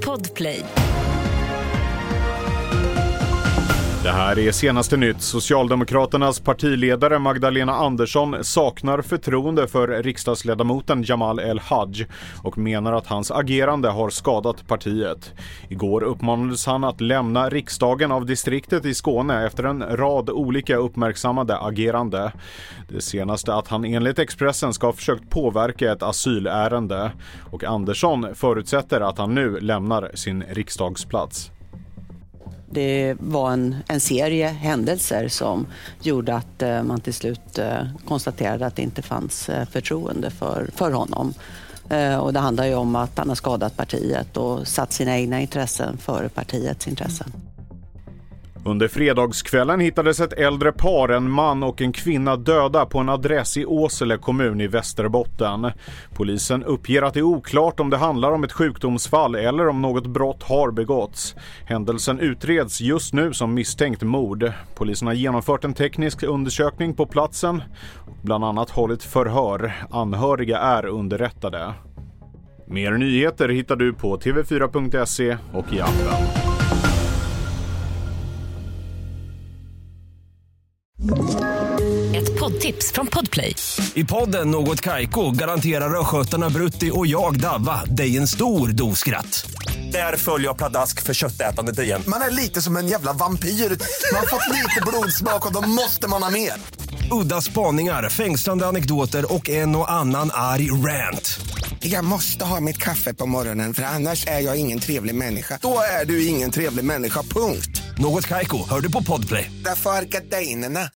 Podplay. Det här är senaste nytt. Socialdemokraternas partiledare Magdalena Andersson saknar förtroende för riksdagsledamoten Jamal El-Haj och menar att hans agerande har skadat partiet. Igår uppmanades han att lämna riksdagen av distriktet i Skåne efter en rad olika uppmärksammade agerande. Det senaste att han enligt Expressen ska ha försökt påverka ett asylärende, och Andersson förutsätter att han nu lämnar sin riksdagsplats. Det var en serie händelser som gjorde att man till slut konstaterade att det inte fanns förtroende för honom. Och det handlar ju om att han har skadat partiet och satt sina egna intressen före partiets intressen. Under fredagskvällen hittades ett äldre par, en man och en kvinna, döda på en adress i Åsele kommun i Västerbotten. Polisen uppger att det är oklart om det handlar om ett sjukdomsfall eller om något brott har begåtts. Händelsen utreds just nu som misstänkt mord. Polisen har genomfört en teknisk undersökning på platsen och bland annat hållit förhör. Anhöriga är underrättade. Mer nyheter hittar du på tv4.se och i appen. Ett poddtips från Podplay. I podden Något Kaiko garanterar röskötarna Brutti och jag Davva dig en stor doskratt. Där följer jag pladask för köttätandet igen. Man är lite som en jävla vampyr. Man har fått lite blodsmak och då måste man ha mer. Udda spaningar, fängslande anekdoter och en och annan arg rant. Jag måste ha mitt kaffe på morgonen för annars är jag ingen trevlig människa. Då är du ingen trevlig människa, punkt. Något Kaiko, hör du på Podplay. Därför är gardinerna.